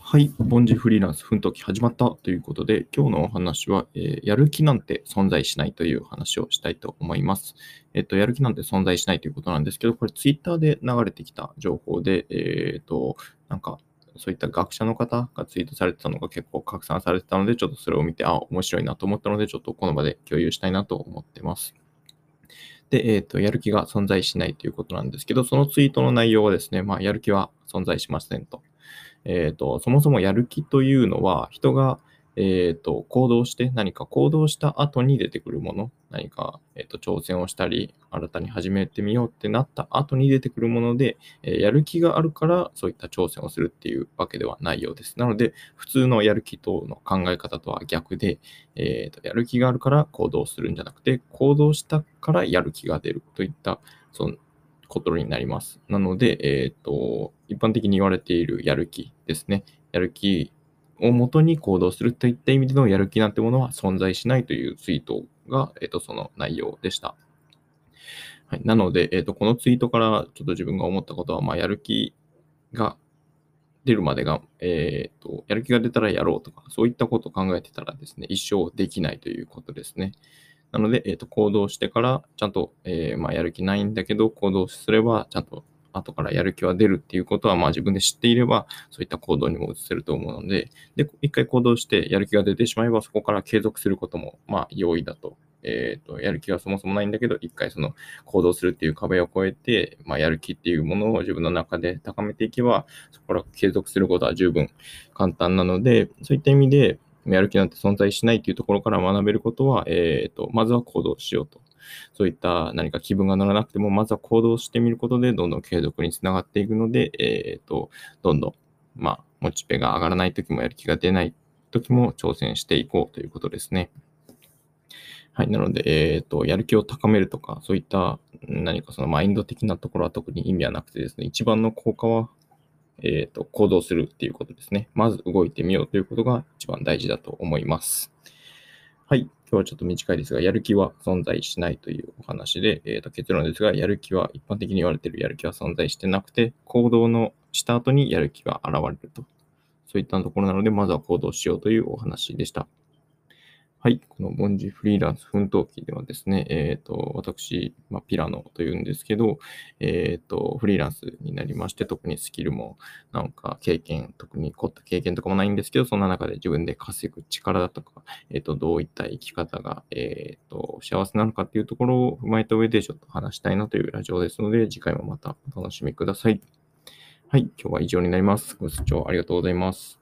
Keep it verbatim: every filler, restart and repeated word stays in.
はい、凡人フリーランス奮闘記始まったということで、今日のお話は、えーやる気なんて存在しないという話をしたいと思います。えっと、やる気なんて存在しないということなんですけど、これツイッターで流れてきた情報で、えっと、なんか、そういった学者の方がツイートされてたのが結構拡散されてたので、ちょっとそれを見て、あ、面白いなと思ったので、ちょっとこの場で共有したいなと思ってます。で、えっと、やる気が存在しないということなんですけど、そのツイートの内容はですね、まあ、やる気は存在しませんと。えっと、そもそもやる気というのは、人が、えっと、行動して、何か行動した後に出てくるもの、何か、えっと、挑戦をしたり、新たに始めてみようってなった後に出てくるもので、えーやる気があるから、そういった挑戦をするっていうわけではないようです。なので、普通のやる気との考え方とは逆で、えっと、やる気があるから行動するんじゃなくて、行動したからやる気が出るといった、そのことになります。なので、えっと、一般的に言われているやる気ですね。やる気をもとに行動するといった意味でのやる気なんてものは存在しないというツイートが、えっと、その内容でした。はい。なので、えっと、このツイートからちょっと自分が思ったことは、まあ、やる気が出るまでが、えっと、やる気が出たらやろうとか、そういったことを考えてたらですね、一生できないということですね。なので、えっと、行動してから、ちゃんと、えーまあ、やる気ないんだけど、行動すれば、ちゃんと後からやる気は出るっていうことは、まあ、自分で知っていれば、そういった行動にも移せると思うので、で、一回行動してやる気が出てしまえば、そこから継続することも、まあ、容易だと。えっと、やる気はそもそもないんだけど、一回その行動するっていう壁を越えて、まあ、やる気っていうものを自分の中で高めていけば、そこから継続することは十分簡単なので、そういった意味で、やる気なんて存在しないというところから学べることは、えっと、まずは行動しようと。そういった何か気分が乗らなくても、まずは行動してみることで、どんどん継続につながっていくので、えっと、どんどん、まあ、モチベが上がらないときもやる気が出ないときも挑戦していこうということですね。はい。なので、えっと、やる気を高めるとか、そういった何かそのマインド的なところは特に意味はなくてですね、一番の効果は、えっと、行動するっていうことですね。まず動いてみようということが一番大事だと思います。はい。今日はちょっと短いですが、やる気は存在しないというお話で、えーと結論ですが、やる気は、一般的に言われているやる気は存在してなくて、行動のした後にやる気が現れると。そういったところなので、まずは行動しようというお話でした。はい。この凡人フリーランス奮闘記ではですね、えっと、私、まあ、ピラノというんですけど、えっと、フリーランスになりまして、特にスキルも、なんか経験、特に凝った経験とかもないんですけど、そんな中で自分で稼ぐ力だとか、えっと、どういった生き方が、えっと、幸せなのかっていうところを踏まえた上でちょっと話したいなというラジオですので、次回もまたお楽しみください。はい。今日は以上になります。ご視聴ありがとうございます。